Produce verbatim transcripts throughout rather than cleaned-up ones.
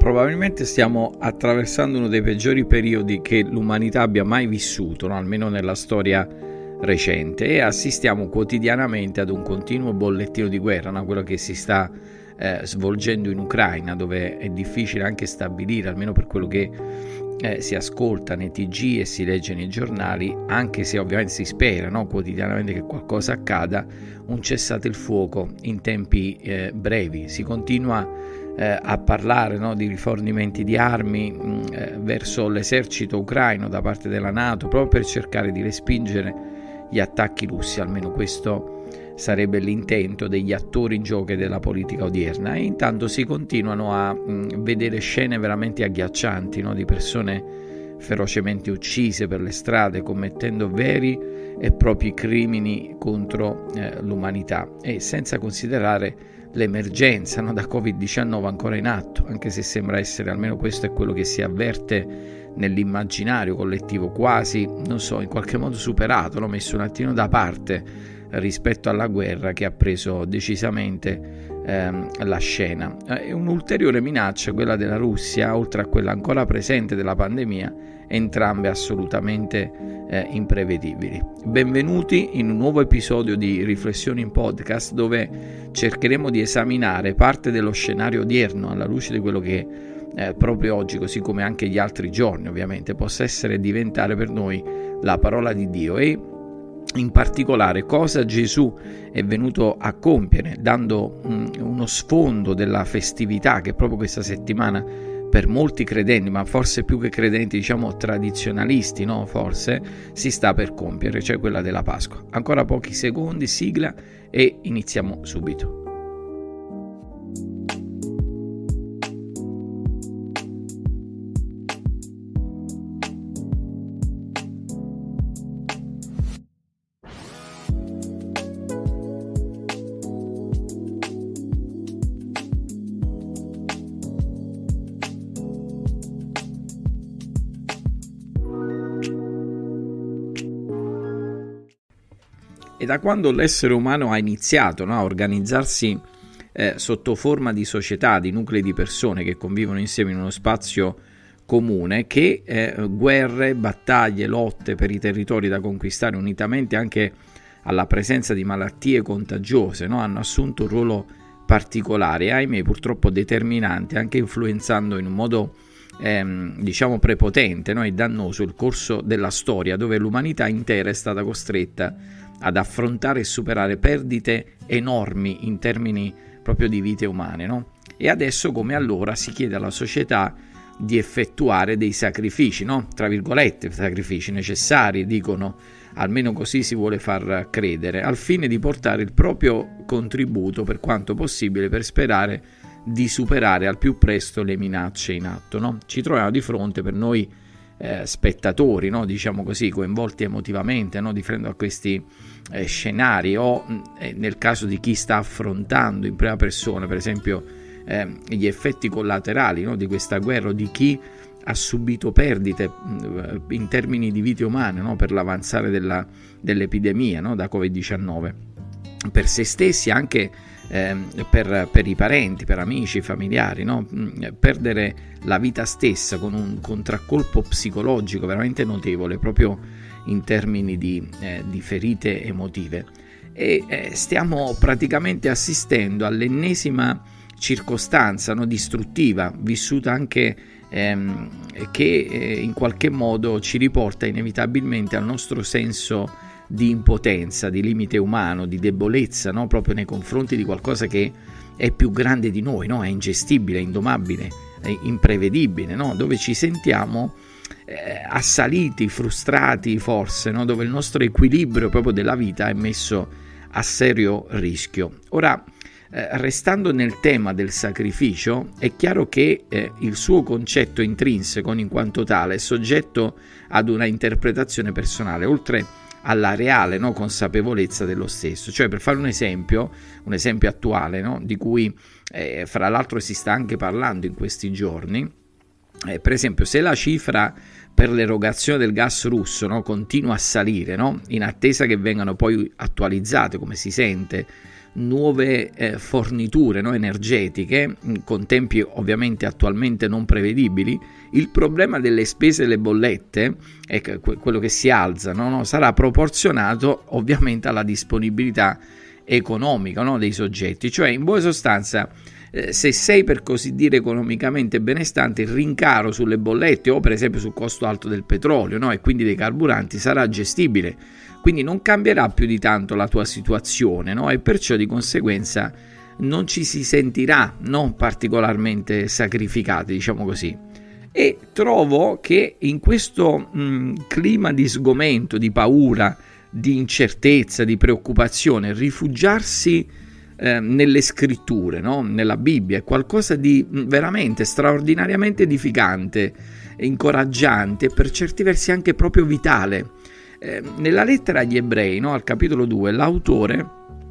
probabilmente stiamo attraversando uno dei peggiori periodi che l'umanità abbia mai vissuto, no? Almeno nella storia recente, e assistiamo quotidianamente ad un continuo bollettino di guerra, no? Quello che si sta eh, svolgendo in Ucraina, dove è difficile anche stabilire, almeno per quello che eh, si ascolta nei T G e si legge nei giornali, anche se ovviamente si spera, no? Quotidianamente che qualcosa accada, un cessate il fuoco in tempi eh, brevi. Si continua Eh, a parlare, no, di rifornimenti di armi mh, eh, verso l'esercito ucraino da parte della NATO, proprio per cercare di respingere gli attacchi russi. Almeno questo sarebbe l'intento degli attori in gioco e della politica odierna. E intanto si continuano a mh, vedere scene veramente agghiaccianti, no, di persone ferocemente uccise per le strade, commettendo veri e propri crimini contro eh, l'umanità, e senza considerare l'emergenza, no, da covid diciannove ancora in atto, anche se sembra essere, almeno questo è quello che si avverte nell'immaginario collettivo, quasi, non so, in qualche modo superato, no, messo un attimo da parte rispetto alla guerra che ha preso decisamente ehm, la scena. E un'ulteriore minaccia, quella della Russia, oltre a quella ancora presente della pandemia, entrambe assolutamente eh, imprevedibili. Benvenuti in un nuovo episodio di Riflessioni in Podcast, dove cercheremo di esaminare parte dello scenario odierno alla luce di quello che eh, proprio oggi, così come anche gli altri giorni ovviamente, possa essere e diventare per noi la parola di Dio, e in particolare cosa Gesù è venuto a compiere, dando um, uno sfondo della festività che proprio questa settimana per molti credenti, ma forse più che credenti, diciamo tradizionalisti, no? Forse si sta per compiere, cioè quella della Pasqua. Ancora pochi secondi, sigla, e iniziamo subito. E da quando l'essere umano ha iniziato, no, a organizzarsi eh, sotto forma di società, di nuclei di persone che convivono insieme in uno spazio comune, che eh, guerre, battaglie, lotte per i territori da conquistare, unitamente anche alla presenza di malattie contagiose, no, hanno assunto un ruolo particolare e, ahimè, purtroppo determinante, anche influenzando in un modo ehm, diciamo prepotente, no, e dannoso il corso della storia, dove l'umanità intera è stata costretta ad affrontare e superare perdite enormi in termini proprio di vite umane, no? E adesso, come allora, si chiede alla società di effettuare dei sacrifici, no? Tra virgolette, sacrifici necessari, dicono, almeno così si vuole far credere, al fine di portare il proprio contributo per quanto possibile per sperare di superare al più presto le minacce in atto, no? Ci troviamo di fronte, per noi Eh, spettatori, no, diciamo così, coinvolti emotivamente, no, di fronte a questi eh, scenari, o eh, nel caso di chi sta affrontando in prima persona, per esempio, eh, gli effetti collaterali, no, di questa guerra, o di chi ha subito perdite mh, in termini di vite umane, no, per l'avanzare della, dell'epidemia, no, da covid diciannove, per se stessi, anche eh, per, per i parenti, per amici, familiari, no? Perdere la vita stessa con un contraccolpo psicologico veramente notevole, proprio in termini di, eh, di ferite emotive. E eh, stiamo praticamente assistendo all'ennesima circostanza, no, distruttiva, vissuta anche ehm, che eh, in qualche modo ci riporta inevitabilmente al nostro senso di impotenza, di limite umano, di debolezza, no? Proprio nei confronti di qualcosa che è più grande di noi, no? È ingestibile, è indomabile, è imprevedibile, no? Dove ci sentiamo eh, assaliti, frustrati forse, no? Dove il nostro equilibrio proprio della vita è messo a serio rischio. Ora, eh, restando nel tema del sacrificio, è chiaro che eh, il suo concetto intrinseco, in quanto tale, è soggetto ad una interpretazione personale, oltre alla reale, no, consapevolezza dello stesso. Cioè, per fare un esempio, un esempio attuale, no, di cui eh, fra l'altro si sta anche parlando in questi giorni, eh, per esempio, se la cifra per l'erogazione del gas russo, no, continua a salire, no, in attesa che vengano poi attualizzate, come si sente, nuove eh, forniture, no, energetiche, con tempi ovviamente attualmente non prevedibili, il problema delle spese e delle bollette, è che quello che si alza, no, no, sarà proporzionato ovviamente alla disponibilità economica, no, dei soggetti. Cioè, in buona sostanza, eh, se sei per così dire economicamente benestante, il rincaro sulle bollette o per esempio sul costo alto del petrolio, no, e quindi dei carburanti sarà gestibile, quindi non cambierà più di tanto la tua situazione, no, e perciò di conseguenza non ci si sentirà, no, particolarmente sacrificati, diciamo così. E trovo che in questo mh, clima di sgomento, di paura, di incertezza, di preoccupazione, rifugiarsi eh, nelle scritture, no? Nella Bibbia, è qualcosa di veramente straordinariamente edificante, incoraggiante e per certi versi anche proprio vitale. Eh, nella lettera agli Ebrei, no, al capitolo due, l'autore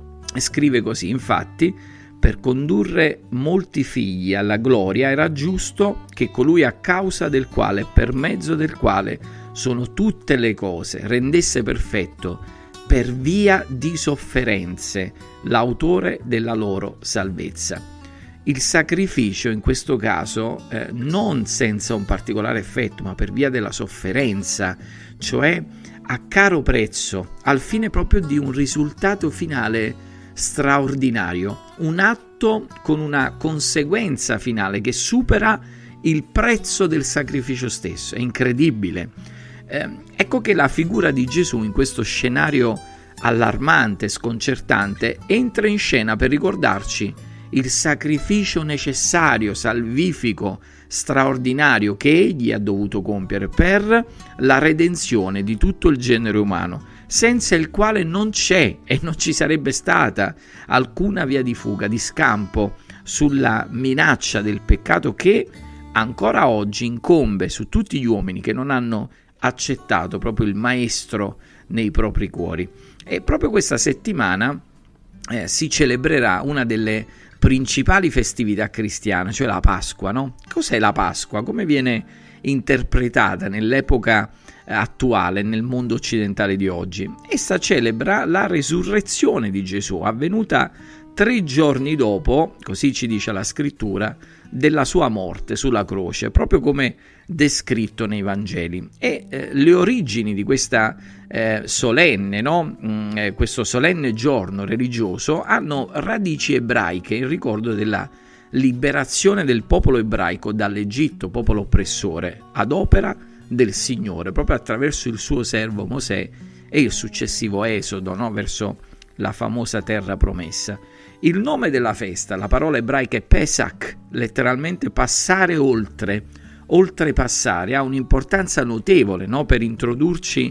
scrive così: infatti, per condurre molti figli alla gloria era giusto che colui a causa del quale, per mezzo del quale sono tutte le cose, rendesse perfetto per via di sofferenze l'autore della loro salvezza. Il sacrificio in questo caso eh, non senza un particolare effetto, ma per via della sofferenza, cioè a caro prezzo, al fine proprio di un risultato finale straordinario, un atto con una conseguenza finale che supera il prezzo del sacrificio stesso. È incredibile. Eh, ecco che la figura di Gesù in questo scenario allarmante, sconcertante, entra in scena per ricordarci il sacrificio necessario, salvifico, straordinario che egli ha dovuto compiere per la redenzione di tutto il genere umano, senza il quale non c'è e non ci sarebbe stata alcuna via di fuga, di scampo sulla minaccia del peccato che ancora oggi incombe su tutti gli uomini che non hanno accettato proprio il Maestro nei propri cuori. E proprio questa settimana eh, si celebrerà una delle principali festività cristiane, cioè la Pasqua, no? Cos'è la Pasqua? Come viene interpretata nell'epoca attuale, nel mondo occidentale di oggi? Essa celebra la resurrezione di Gesù, avvenuta tre giorni dopo, così ci dice la scrittura, della sua morte sulla croce, proprio come descritto nei Vangeli. E eh, le origini di questa eh, solenne, no? Mm, eh, questo solenne giorno religioso hanno radici ebraiche in ricordo della liberazione del popolo ebraico dall'Egitto, popolo oppressore, ad opera del Signore, proprio attraverso il suo servo Mosè e il successivo esodo, no? Verso la famosa terra promessa. Il nome della festa, la parola ebraica è Pesach, letteralmente passare oltre, oltrepassare, ha un'importanza notevole, no? Per introdurci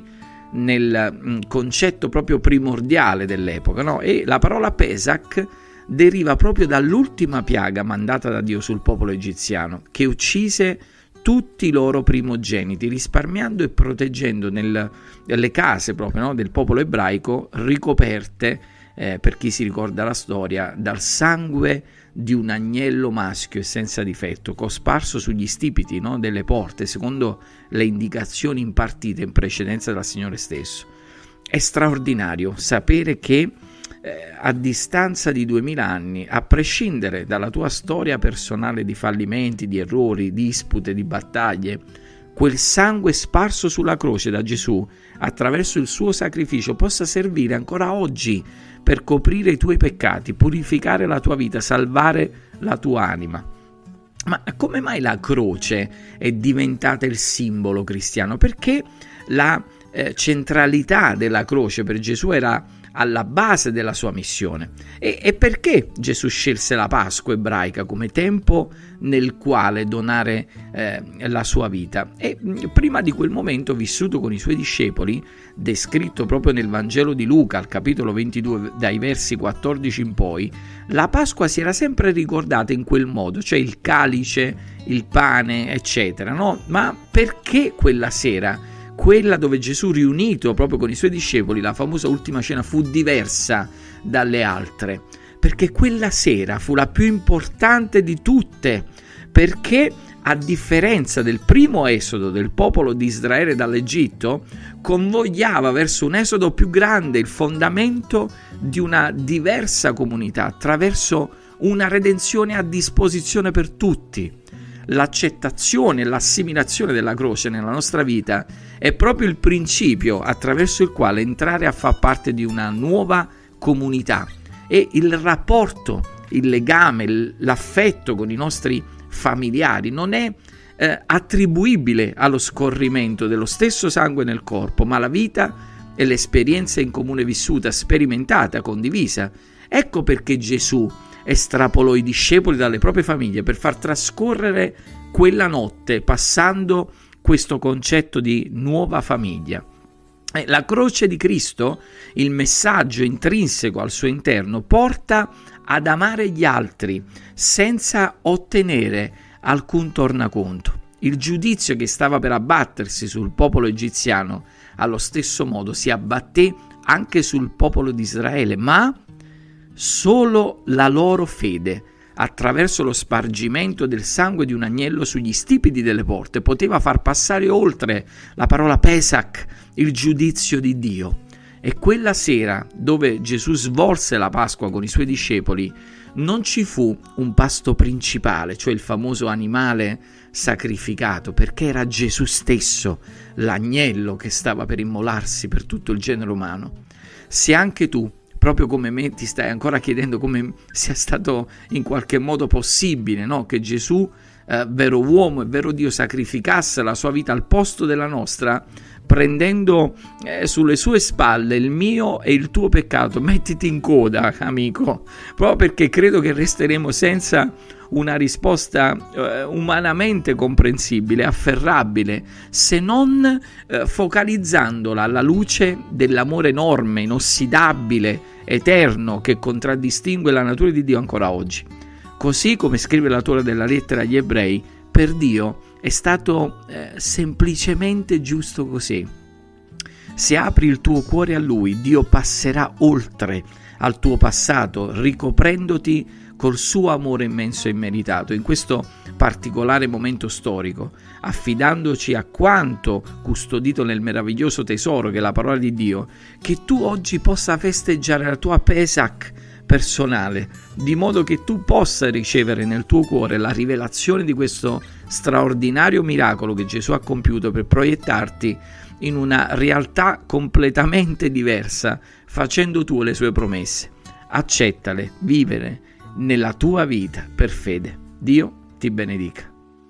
nel mh, concetto proprio primordiale dell'epoca, no? E la parola Pesach deriva proprio dall'ultima piaga mandata da Dio sul popolo egiziano, che uccise tutti i loro primogeniti, risparmiando e proteggendo nel, nelle case proprio, no, del popolo ebraico ricoperte, eh, per chi si ricorda la storia, dal sangue di un agnello maschio e senza difetto, cosparso sugli stipiti, no, delle porte, secondo le indicazioni impartite in precedenza dal Signore stesso. È straordinario sapere che eh, a distanza di duemila anni, a prescindere dalla tua storia personale di fallimenti, di errori, dispute, di battaglie, quel sangue sparso sulla croce da Gesù attraverso il suo sacrificio possa servire ancora oggi per coprire i tuoi peccati, purificare la tua vita, salvare la tua anima. Ma come mai la croce è diventata il simbolo cristiano? Perché la eh, centralità della croce per Gesù era alla base della sua missione. E, e perché Gesù scelse la Pasqua ebraica come tempo nel quale donare eh, la sua vita? E prima di quel momento vissuto con i suoi discepoli, descritto proprio nel Vangelo di Luca, al capitolo ventidue, dai versi quattordici in poi, la Pasqua si era sempre ricordata in quel modo, cioè il calice, il pane, eccetera, no? Ma perché quella sera, quella dove Gesù, riunito proprio con i suoi discepoli, la famosa ultima cena, fu diversa dalle altre? Perché quella sera fu la più importante di tutte, perché a differenza del primo esodo del popolo di Israele dall'Egitto, convogliava verso un esodo più grande, il fondamento di una diversa comunità, attraverso una redenzione a disposizione per tutti. L'accettazione e l'assimilazione della croce nella nostra vita è proprio il principio attraverso il quale entrare a far parte di una nuova comunità, e il rapporto, il legame, l'affetto con i nostri familiari non è eh, attribuibile allo scorrimento dello stesso sangue nel corpo, ma alla vita e l'esperienza in comune vissuta, sperimentata, condivisa. Ecco perché Gesù estrapolò i discepoli dalle proprie famiglie per far trascorrere quella notte, passando questo concetto di nuova famiglia. La croce di Cristo, il messaggio intrinseco al suo interno, porta ad amare gli altri senza ottenere alcun tornaconto. Il giudizio che stava per abbattersi sul popolo egiziano, allo stesso modo, si abbatté anche sul popolo di Israele, ma solo la loro fede, attraverso lo spargimento del sangue di un agnello sugli stipiti delle porte, poteva far passare oltre la parola Pesach, il giudizio di Dio. E quella sera, dove Gesù svolse la Pasqua con i suoi discepoli, non ci fu un pasto principale, cioè il famoso animale sacrificato, perché era Gesù stesso, l'agnello che stava per immolarsi per tutto il genere umano. Se anche tu, proprio come me, ti stai ancora chiedendo come sia stato in qualche modo possibile, no? Che Gesù, eh, vero uomo e vero Dio, sacrificasse la sua vita al posto della nostra, prendendo eh, sulle sue spalle il mio e il tuo peccato. Mettiti in coda, amico, proprio perché credo che resteremo senza una risposta eh, umanamente comprensibile, afferrabile, se non eh, focalizzandola alla luce dell'amore enorme, inossidabile, eterno, che contraddistingue la natura di Dio ancora oggi. Così come scrive l'autore della lettera agli Ebrei, per Dio è stato eh, semplicemente giusto così. Se apri il tuo cuore a Lui, Dio passerà oltre al tuo passato, ricoprendoti col suo amore immenso e immeritato in questo particolare momento storico, affidandoci a quanto custodito nel meraviglioso tesoro che è la parola di Dio, che tu oggi possa festeggiare la tua Pesach personale, di modo che tu possa ricevere nel tuo cuore la rivelazione di questo straordinario miracolo che Gesù ha compiuto per proiettarti in una realtà completamente diversa, facendo tue le sue promesse. Accettale, vivere nella tua vita per fede. Dio ti benedica.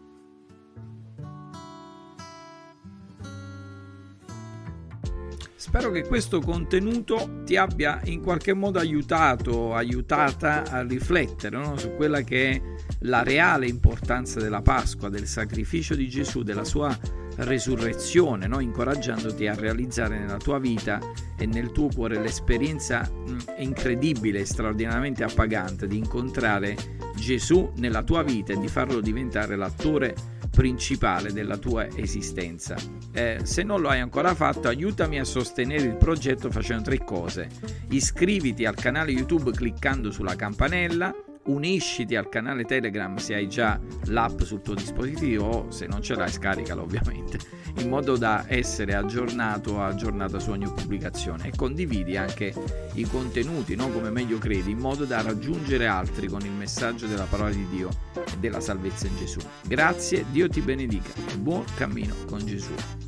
Spero che questo contenuto ti abbia in qualche modo aiutato, aiutata a riflettere, no? Su quella che è la reale importanza della Pasqua, del sacrificio di Gesù, della sua resurrezione, no? Incoraggiandoti a realizzare nella tua vita e nel tuo cuore l'esperienza mh, incredibile, straordinariamente appagante di incontrare Gesù nella tua vita e di farlo diventare l'attore principale della tua esistenza. Eh, se non lo hai ancora fatto, aiutami a sostenere il progetto facendo tre cose: iscriviti al canale YouTube cliccando sulla campanella, unisciti al canale Telegram se hai già l'app sul tuo dispositivo, o se non ce l'hai scaricala ovviamente, in modo da essere aggiornato o aggiornata su ogni pubblicazione, e condividi anche i contenuti, no? Come meglio credi, in modo da raggiungere altri con il messaggio della parola di Dio e della salvezza in Gesù. Grazie, Dio ti benedica e buon cammino con Gesù.